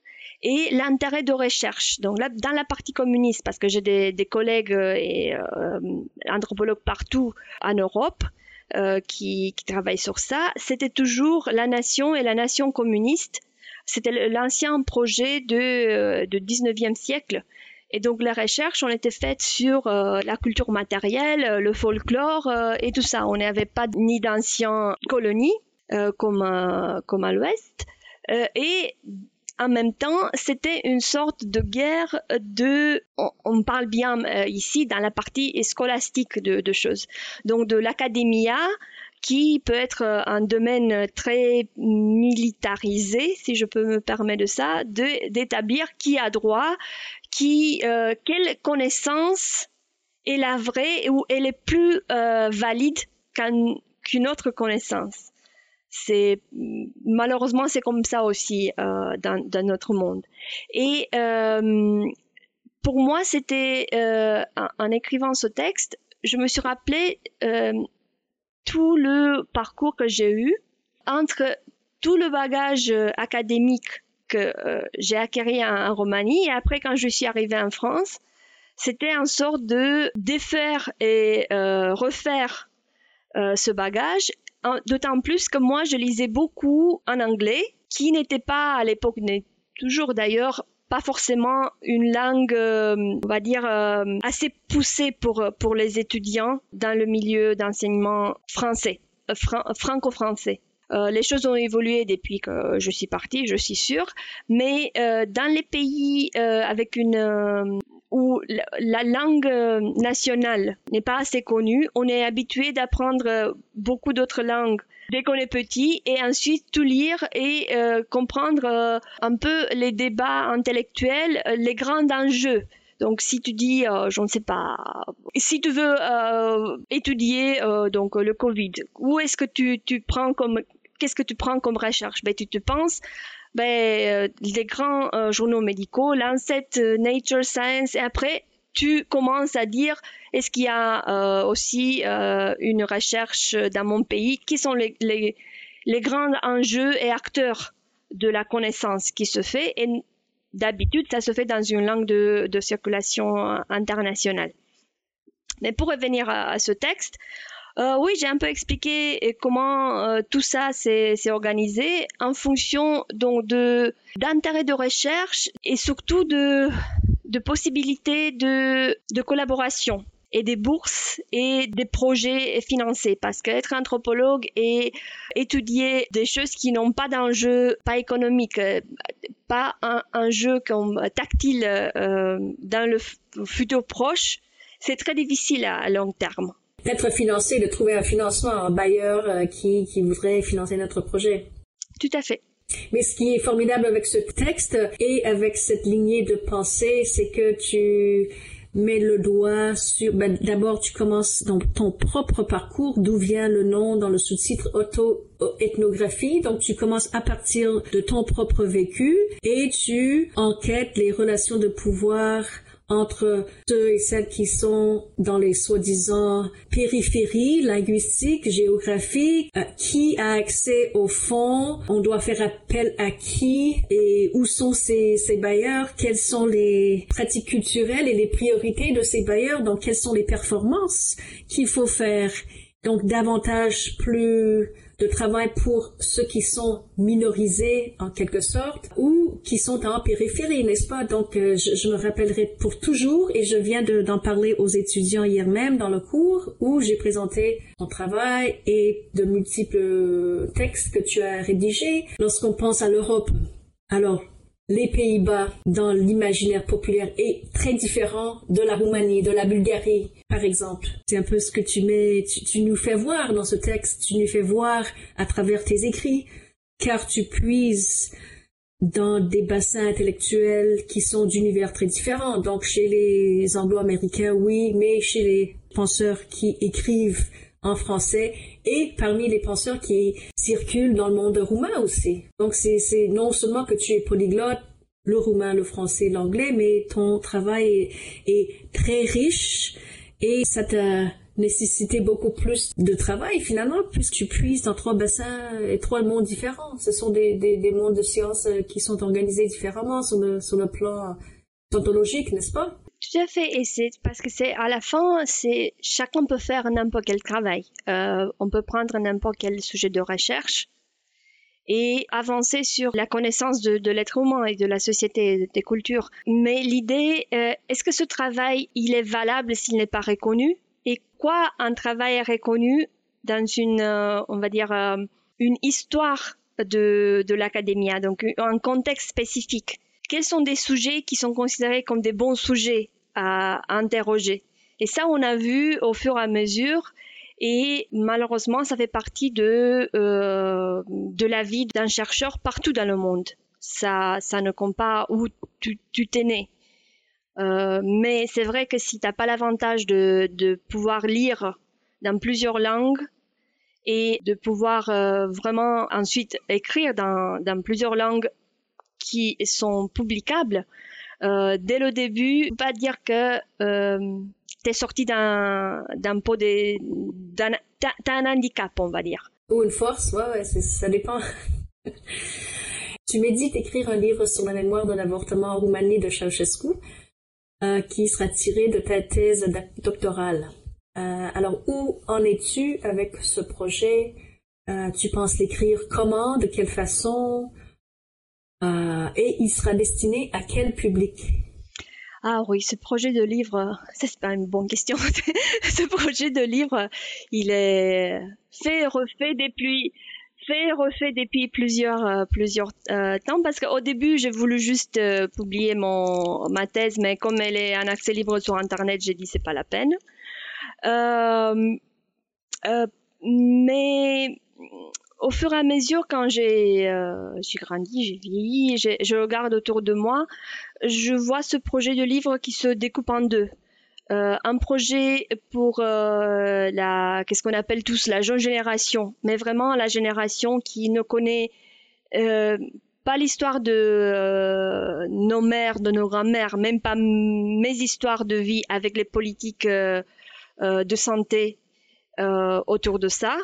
et l'intérêt de recherche. Donc là, dans la partie communiste, parce que j'ai des, des collègues et euh, anthropologues partout en Europe euh, qui, qui travaillent sur ça, c'était toujours la nation et la nation communiste. C'était l'ancien projet de, de dix-neuvième siècle. Et donc, les recherches ont été faites sur euh, la culture matérielle, le folklore euh, et tout ça. On n'avait pas ni d'anciennes colonies euh, comme, euh, comme à l'Ouest. Euh, et en même temps, c'était une sorte de guerre de... On, on parle bien euh, ici dans la partie scolastique de, de choses. Donc, de l'académia, qui peut être un domaine très militarisé, si je peux me permettre de ça, de, d'établir qui a droit, qui, euh, quelle connaissance est la vraie ou elle est plus euh, valide qu'un, qu'une autre connaissance. C'est, malheureusement, c'est comme ça aussi euh, dans, dans notre monde. Et euh, pour moi, c'était, euh, en, en écrivant ce texte, je me suis rappelé euh, tout le parcours que j'ai eu entre tout le bagage académique que euh, j'ai acquis en, en Roumanie et après quand je suis arrivée en France, c'était une sorte de défaire et euh, refaire euh, ce bagage, en, d'autant plus que moi je lisais beaucoup en anglais, qui n'était pas à l'époque, n'est toujours d'ailleurs pas forcément une langue, euh, on va dire, euh, assez poussée pour, pour les étudiants dans le milieu d'enseignement français, euh, fran- franco-français. Euh, les choses ont évolué depuis que je suis partie, je suis sûre, mais euh, dans les pays euh, avec une euh, où la, la langue nationale n'est pas assez connue, on est habitué d'apprendre beaucoup d'autres langues dès qu'on est petit et ensuite tout lire et euh, comprendre euh, un peu les débats intellectuels, les grands enjeux. Donc, si tu dis, euh, je ne sais pas, si tu veux euh, étudier euh, donc le Covid, où est-ce que tu, tu prends comme, qu'est-ce que tu prends comme recherche? Ben, tu te penses, ben, euh, les grands euh, journaux médicaux, Lancet, euh, Nature, Science, et après, tu commences à dire, est-ce qu'il y a euh, aussi euh, une recherche dans mon pays? Qui sont les, les, les grands enjeux et acteurs de la connaissance qui se fait? Et d'habitude, ça se fait dans une langue de, de circulation internationale. Mais pour revenir à, à ce texte, euh, oui, j'ai un peu expliqué comment euh, tout ça s'est, s'est organisé en fonction donc de d'intérêts de recherche et surtout de de possibilités de de collaboration et des bourses et des projets financés. Parce qu'être anthropologue et étudier des choses qui n'ont pas d'enjeu, pas économique, pas un, un jeu comme tactile euh, dans le f- futur proche, c'est très difficile à, à long terme. Être financé, de trouver un financement, un bailleur euh, qui, qui voudrait financer notre projet. Tout à fait. Mais ce qui est formidable avec ce texte et avec cette lignée de pensée, c'est que tu mets le doigt sur... Ben, d'abord, tu commences dans ton propre parcours, d'où vient le nom dans le sous-titre auto-ethnographie. Donc, tu commences à partir de ton propre vécu et tu enquêtes les relations de pouvoir entre ceux et celles qui sont dans les soi-disant périphéries linguistiques, géographiques, euh, qui a accès au fonds, on doit faire appel à qui et où sont ces, ces bailleurs, quelles sont les pratiques culturelles et les priorités de ces bailleurs, donc quelles sont les performances qu'il faut faire. Donc davantage plus de travail pour ceux qui sont minorisés en quelque sorte ou qui sont en périphérie, n'est-ce pas? Donc, euh, je, je me rappellerai pour toujours et je viens de, d'en parler aux étudiants hier même dans le cours où j'ai présenté mon travail et de multiples textes que tu as rédigés. Lorsqu'on pense à l'Europe, alors, les Pays-Bas, dans l'imaginaire populaire, est très différent de la Roumanie, de la Bulgarie, par exemple. C'est un peu ce que tu mets, tu, tu nous fais voir dans ce texte, tu nous fais voir à travers tes écrits, car tu puises dans des bassins intellectuels qui sont d'univers très différents. Donc, chez les anglo-américains, oui, mais chez les penseurs qui écrivent en français et parmi les penseurs qui circulent dans le monde roumain aussi. Donc c'est, c'est non seulement que tu es polyglotte, le roumain, le français, l'anglais, mais ton travail est, est très riche et ça t'a nécessité beaucoup plus de travail finalement puisque tu puises dans trois bassins et trois mondes différents. Ce sont des, des, des mondes de sciences qui sont organisés différemment sur le, sur le plan ontologique, n'est-ce pas? Tout à fait, et c'est parce que c'est à la fin, c'est chacun peut faire n'importe quel travail. Euh, on peut prendre n'importe quel sujet de recherche et avancer sur la connaissance de, de l'être humain et de la société, des cultures. Mais l'idée, euh, est-ce que ce travail, il est valable s'il n'est pas reconnu? Et quoi un travail est reconnu dans une, euh, on va dire, euh, une histoire de, de l'académie, donc un contexte spécifique? Quels sont des sujets qui sont considérés comme des bons sujets à, à interroger? Et ça, on a vu au fur et à mesure. Et malheureusement, ça fait partie de, euh, de la vie d'un chercheur partout dans le monde. Ça, ça ne compte pas où tu, tu t'es né. Euh, mais c'est vrai que si tu n'as pas l'avantage de, de pouvoir lire dans plusieurs langues et de pouvoir euh, vraiment ensuite écrire dans, dans plusieurs langues qui sont publicables, euh, dès le début, pas dire que euh, t'es sorti d'un, d'un pot de, d'un, t'as, t'as un handicap, on va dire. Ou une force, ouais, ouais, c'est, ça dépend. Tu médites écrire un livre sur la mémoire de l'avortement en Roumanie de Ceausescu, euh, qui sera tiré de ta thèse doctorale. Euh, alors, où en es-tu avec ce projet? Euh, tu penses l'écrire comment? De quelle façon? Euh, et il sera destiné à quel public? Ah oui, ce projet de livre, ça c'est pas une bonne question. Ce projet de livre, il est fait, refait depuis, fait, refait depuis plusieurs, euh, plusieurs euh, temps parce qu'au début j'ai voulu juste euh, publier mon ma thèse, mais comme elle est en accès libre sur Internet, j'ai dit c'est pas la peine. Euh, euh, mais au fur et à mesure, quand j'ai, euh, j'ai grandi, j'ai vieilli, j'ai, je regarde autour de moi, je vois ce projet de livre qui se découpe en deux. Euh, un projet pour euh, la, qu'est-ce qu'on appelle tous la jeune génération, mais vraiment la génération qui ne connaît euh, pas l'histoire de euh, nos mères, de nos grands-mères, même pas mes histoires de vie avec les politiques euh, euh, de santé euh, autour de ça.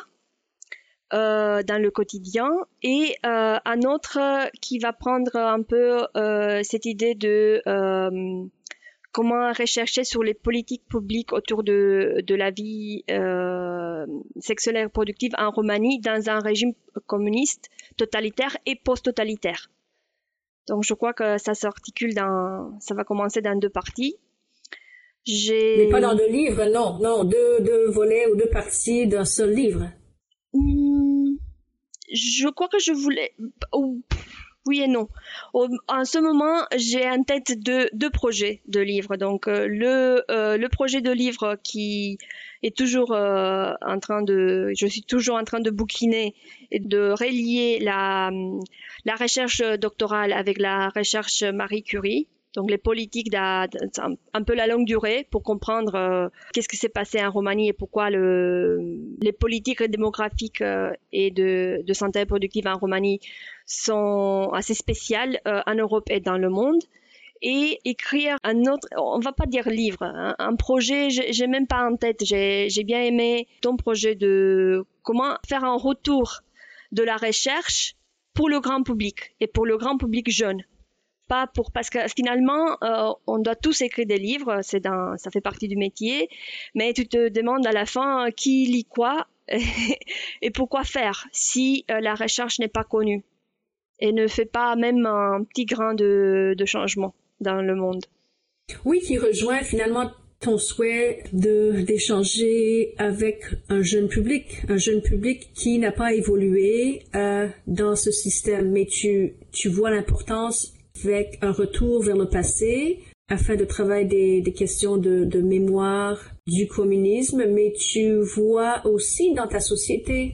Euh, dans le quotidien et euh, un autre qui va prendre un peu euh, cette idée de euh, comment rechercher sur les politiques publiques autour de, de la vie euh, sexuelle et reproductive en Roumanie dans un régime communiste, totalitaire et post-totalitaire. Donc je crois que ça s'articule dans, ça va commencer dans deux parties. J'ai... Mais pas dans deux livres, non, non, deux, deux volets ou deux parties d'un seul livre. Hmm, je crois que je voulais... Oui et non. En ce moment, j'ai en tête deux, deux projets de livres. Donc, euh, le, euh, le projet de livre qui est toujours euh, en train de... Je suis toujours en train de bouquiner et de relier la, la recherche doctorale avec la recherche Marie Curie. Donc les politiques d'un un peu la longue durée pour comprendre euh, qu'est-ce qui s'est passé en Roumanie et pourquoi le, les politiques démographiques euh, et de, de santé reproductive en Roumanie sont assez spéciales euh, en Europe et dans le monde. Et écrire un autre, on va pas dire livre, hein, un projet, j'ai, j'ai même pas en tête. J'ai, j'ai bien aimé ton projet de comment faire un retour de la recherche pour le grand public et pour le grand public jeune. Pas pour, parce que finalement, euh, on doit tous écrire des livres, c'est dans, ça fait partie du métier, mais tu te demandes à la fin qui lit quoi Et pourquoi faire si euh, la recherche n'est pas connue et ne fait pas même un petit grain de, de changement dans le monde? Oui, qui rejoint finalement ton souhait de d'échanger avec un jeune public, un jeune public qui n'a pas évolué euh, dans ce système, mais tu tu vois l'importance avec un retour vers le passé afin de travailler des, des questions de, de mémoire du communisme, mais tu vois aussi dans ta société,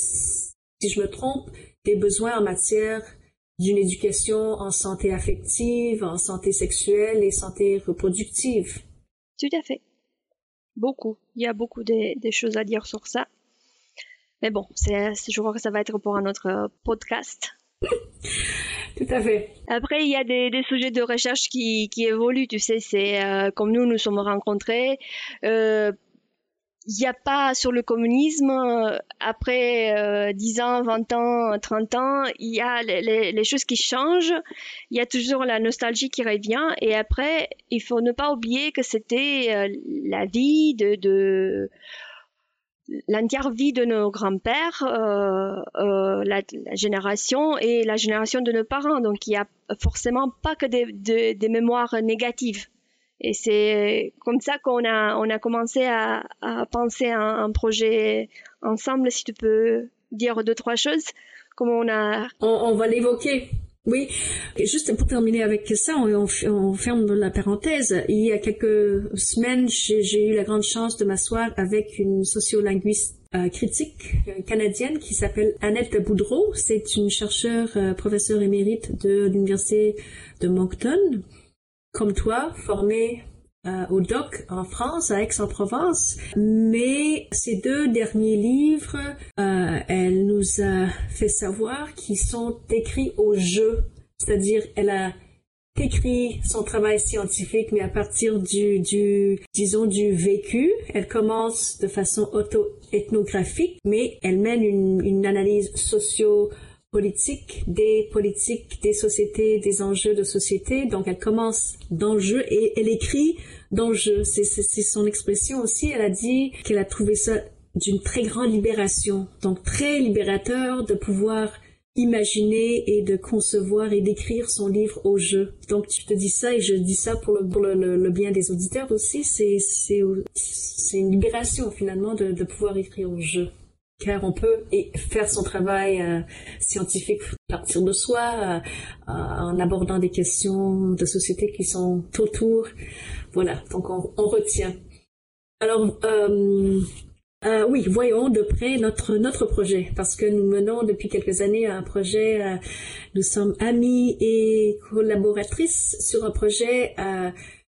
si je me trompe, des besoins en matière d'une éducation en santé affective, en santé sexuelle et santé reproductive. Tout à fait. Beaucoup. Il y a beaucoup de, de choses à dire sur ça. Mais bon, c'est, je crois que ça va être pour un autre podcast. Tout à fait. Après, il y a des, des sujets de recherche qui, qui évoluent. Tu sais, c'est euh, comme nous nous sommes rencontrés. Euh, Il n'y a pas sur le communisme, euh, après euh, dix ans, vingt ans, trente ans, il y a les, les, les choses qui changent, il y a toujours la nostalgie qui revient, et après, il faut ne pas oublier que c'était euh, la vie de, de l'entière vie de nos grands-pères, euh, euh, la, la génération et la génération de nos parents, donc il n'y a forcément pas que des, des, des mémoires négatives. Et c'est comme ça qu'on a, on a commencé à, à penser à un, un projet ensemble. Si tu peux dire deux, trois choses, comment on a... On, on va l'évoquer. Oui. Et juste pour terminer avec ça, on, on, on ferme la parenthèse. Il y a quelques semaines, j'ai, j'ai eu la grande chance de m'asseoir avec une sociolinguiste euh, critique euh, canadienne qui s'appelle Annette Boudreau. C'est une chercheure, euh, professeure émérite de l'université de Moncton, comme toi, formée euh, au doc en France, à Aix-en-Provence. Mais ces deux derniers livres, euh, elle nous a fait savoir qu'ils sont écrits au jeu. C'est-à-dire, elle a écrit son travail scientifique, mais à partir du, du disons, du vécu. Elle commence de façon auto-ethnographique, mais elle mène une, une analyse socio- politique, des politiques, des sociétés, des enjeux de société. Donc, elle commence dans le jeu et elle écrit dans le jeu. C'est, c'est, c'est son expression aussi. Elle a dit qu'elle a trouvé ça d'une très grande libération. Donc, très libérateur de pouvoir imaginer et de concevoir et d'écrire son livre au jeu. Donc, je te dis ça et je dis ça pour le, pour le, le, le bien des auditeurs aussi. C'est, c'est, c'est une libération, finalement, de, de pouvoir écrire au jeu. Car on peut faire son travail euh, scientifique à partir de soi, euh, en abordant des questions de société qui sont autour. Voilà, donc on, on retient. Alors, euh, euh, oui, voyons de près notre notre projet, parce que nous menons depuis quelques années un projet, euh, nous sommes amis et collaboratrices sur un projet euh,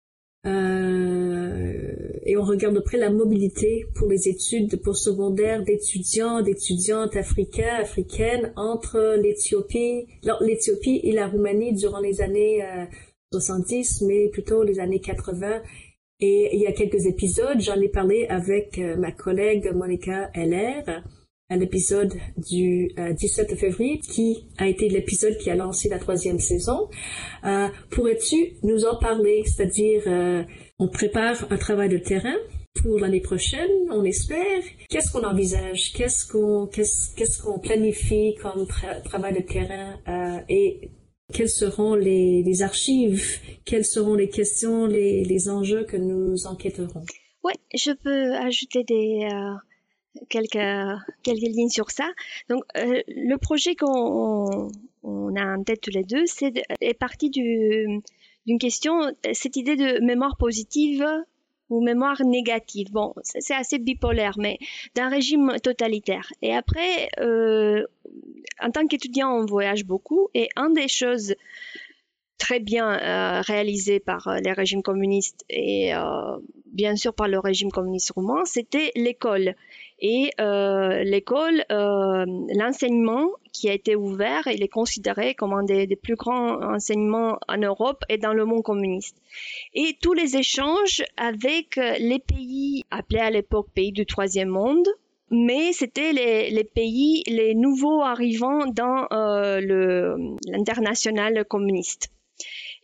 Euh, et on regarde de près la mobilité pour les études postsecondaires d'étudiants, d'étudiantes africains, africaines entre l'Éthiopie, l'Éthiopie et la Roumanie durant les années euh, soixante-dix, mais plutôt les années quatre-vingts. Et il y a quelques épisodes, j'en ai parlé avec euh, ma collègue Monica Heller, à l'épisode du euh, dix-sept février, qui a été l'épisode qui a lancé la troisième saison. Euh, pourrais-tu nous en parler? C'est-à-dire, euh, on prépare un travail de terrain pour l'année prochaine, on espère. Qu'est-ce qu'on envisage? Qu'est-ce qu'on, qu'est-ce, qu'est-ce qu'on planifie comme tra- travail de terrain? Euh, et quelles seront les, les archives? Quelles seront les questions, les, les enjeux que nous enquêterons? Ouais, je peux ajouter des... Euh... quelques quelques lignes sur ça. Donc euh, le projet qu'on on a en tête tous les deux, c'est de, est parti du d'une question, cette idée de mémoire positive ou mémoire négative. Bon, c'est assez bipolaire, mais d'un régime totalitaire. Et après, euh, en tant qu'étudiant, on voyage beaucoup, et une des choses très bien euh, réalisées par euh, les régimes communistes et euh, bien sûr par le régime communiste roumain, c'était l'école. Et euh, l'école, euh, l'enseignement qui a été ouvert, il est considéré comme un des, des plus grands enseignements en Europe et dans le monde communiste. Et tous les échanges avec les pays appelés à l'époque pays du troisième monde, mais c'était les, les pays, les nouveaux arrivants dans euh, le, l'international communiste.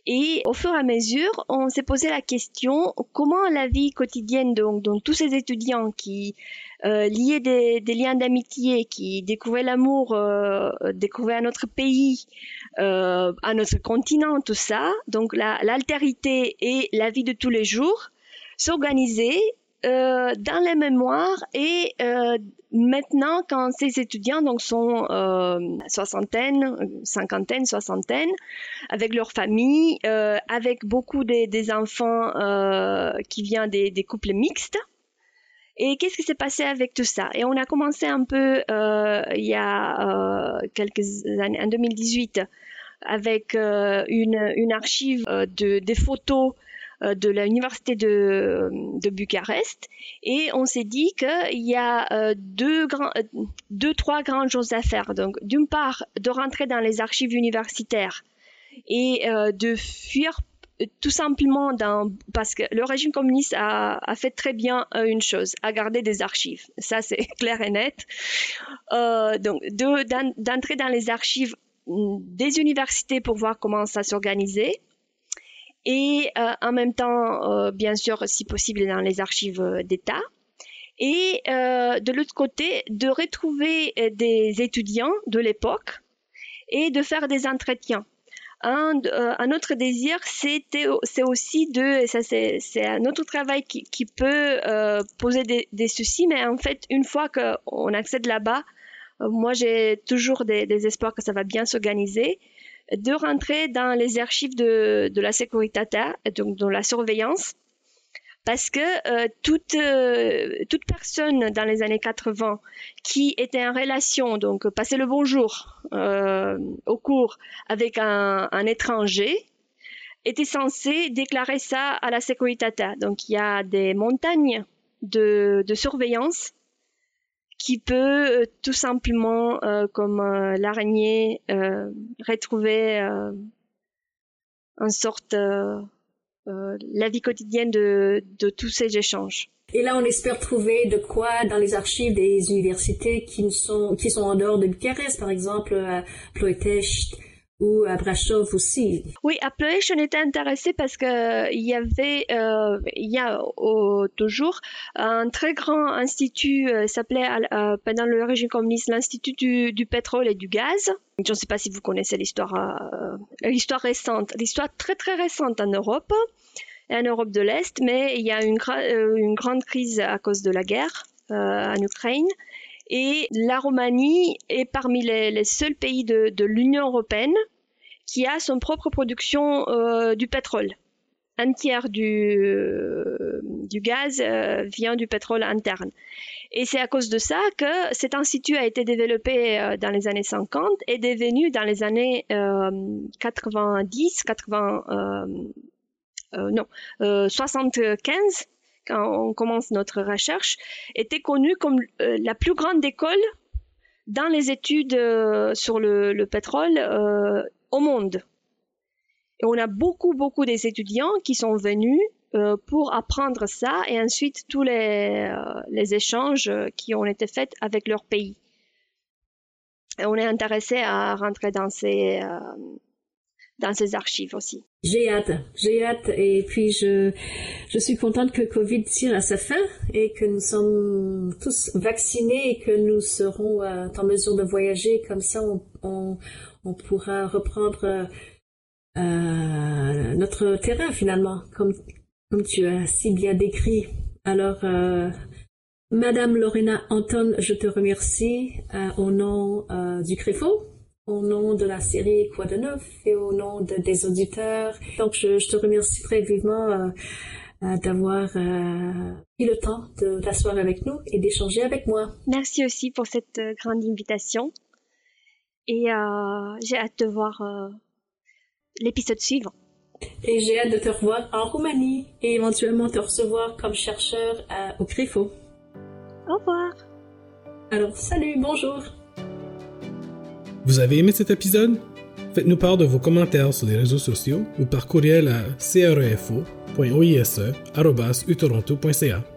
Et au fur et à mesure, on s'est posé la question comment la vie quotidienne, donc, donc tous ces étudiants qui euh, liaient des, des liens d'amitié, qui découvraient l'amour, euh, découvraient un autre pays, euh, un autre continent, tout ça, donc la, l'altérité et la vie de tous les jours, s'organisaient euh, dans les mémoires et euh, maintenant, quand ces étudiants donc sont euh, soixantaine, cinquantaine, soixantaine, avec leur famille, euh, avec beaucoup des, des enfants euh, qui viennent des, des couples mixtes. Et qu'est-ce qui s'est passé avec tout ça? Et on a commencé un peu euh, il y a euh, quelques années, en deux mille dix-huit, avec euh, une, une archive euh, de des photos de l'université de, de Bucarest, et on s'est dit qu'il y a euh, deux, grands, deux, trois grandes choses à faire. Donc, d'une part, de rentrer dans les archives universitaires et euh, de fuir tout simplement dans, parce que le régime communiste a, a fait très bien euh, une chose, a gardé des archives. Ça, c'est clair et net. Euh, donc, de, d'en, d'entrer dans les archives des universités pour voir comment ça s'organisait. Et euh, en même temps, euh, bien sûr, si possible, dans les archives d'État. Et euh, de l'autre côté, de retrouver des étudiants de l'époque et de faire des entretiens. Un, euh, un autre désir, c'était, c'est aussi de, et ça c'est, c'est un autre travail qui, qui peut euh, poser des, des soucis, mais en fait, une fois qu'on accède là-bas, euh, moi j'ai toujours des, des espoirs que ça va bien s'organiser, de rentrer dans les archives de, de la Securitate, donc dans la surveillance, parce que euh, toute, euh, toute personne dans les années quatre-vingts qui était en relation, donc passer le bonjour euh, au cours avec un, un étranger, était censée déclarer ça à la Securitate. Donc il y a des montagnes de, de surveillance qui peut euh, tout simplement, euh, comme euh, l'araignée, euh, retrouver euh, en sorte euh, euh, la vie quotidienne de, de tous ces échanges. Et là, on espère trouver de quoi dans les archives des universités qui sont qui sont en dehors de Bucarest, par exemple à Ploiești ou à Brașov aussi. Oui, à Ploiești, on était intéressé parce que il y avait, euh, il y a euh, toujours un très grand institut, euh, s'appelait euh, pendant le régime communiste l'Institut du, du pétrole et du gaz. Je ne sais pas si vous connaissez l'histoire, euh, l'histoire récente, l'histoire très très récente en Europe, et en Europe de l'Est, mais il y a une, gra- euh, une grande crise à cause de la guerre euh, en Ukraine. Et la Roumanie est parmi les, les seuls pays de, de l'Union européenne qui a son propre production euh, du pétrole. Un tiers du, euh, du gaz euh, vient du pétrole interne. Et c'est à cause de ça que cet institut a été développé euh, dans les années cinquante et devenu dans les années euh, quatre-vingt-dix, quatre-vingts, euh, euh, non, euh, soixante-quinze, quand on commence notre recherche, était connu comme euh, la plus grande école dans les études euh, sur le, le pétrole euh, au monde. Et on a beaucoup, beaucoup des étudiants qui sont venus euh, pour apprendre ça et ensuite tous les, euh, les échanges qui ont été faits avec leur pays. Et on est intéressé à rentrer dans ces, euh, dans ces archives aussi. J'ai hâte, j'ai hâte et puis je, je suis contente que Covid tire à sa fin et que nous sommes tous vaccinés et que nous serons euh, en mesure de voyager. Comme ça, on, on, on pourra reprendre euh, euh, notre terrain finalement, comme, comme tu as si bien décrit. Alors, euh, Madame Lorena Anton, je te remercie euh, au nom euh, du CREFO, au nom de la série Quoi de neuf et au nom de, des auditeurs. Donc, je, je te remercie très vivement euh, euh, d'avoir euh, pris le temps de t'asseoir avec nous et d'échanger avec moi. Merci aussi pour cette euh, grande invitation. Et euh, j'ai hâte de voir euh, l'épisode suivant. Et j'ai hâte de te revoir en Roumanie et éventuellement te recevoir comme chercheur à, au CREFO. Au revoir. Alors, salut, bonjour. Vous avez aimé cet épisode? Faites-nous part de vos commentaires sur les réseaux sociaux ou par courriel à crefo point oise arobase u toronto point c a.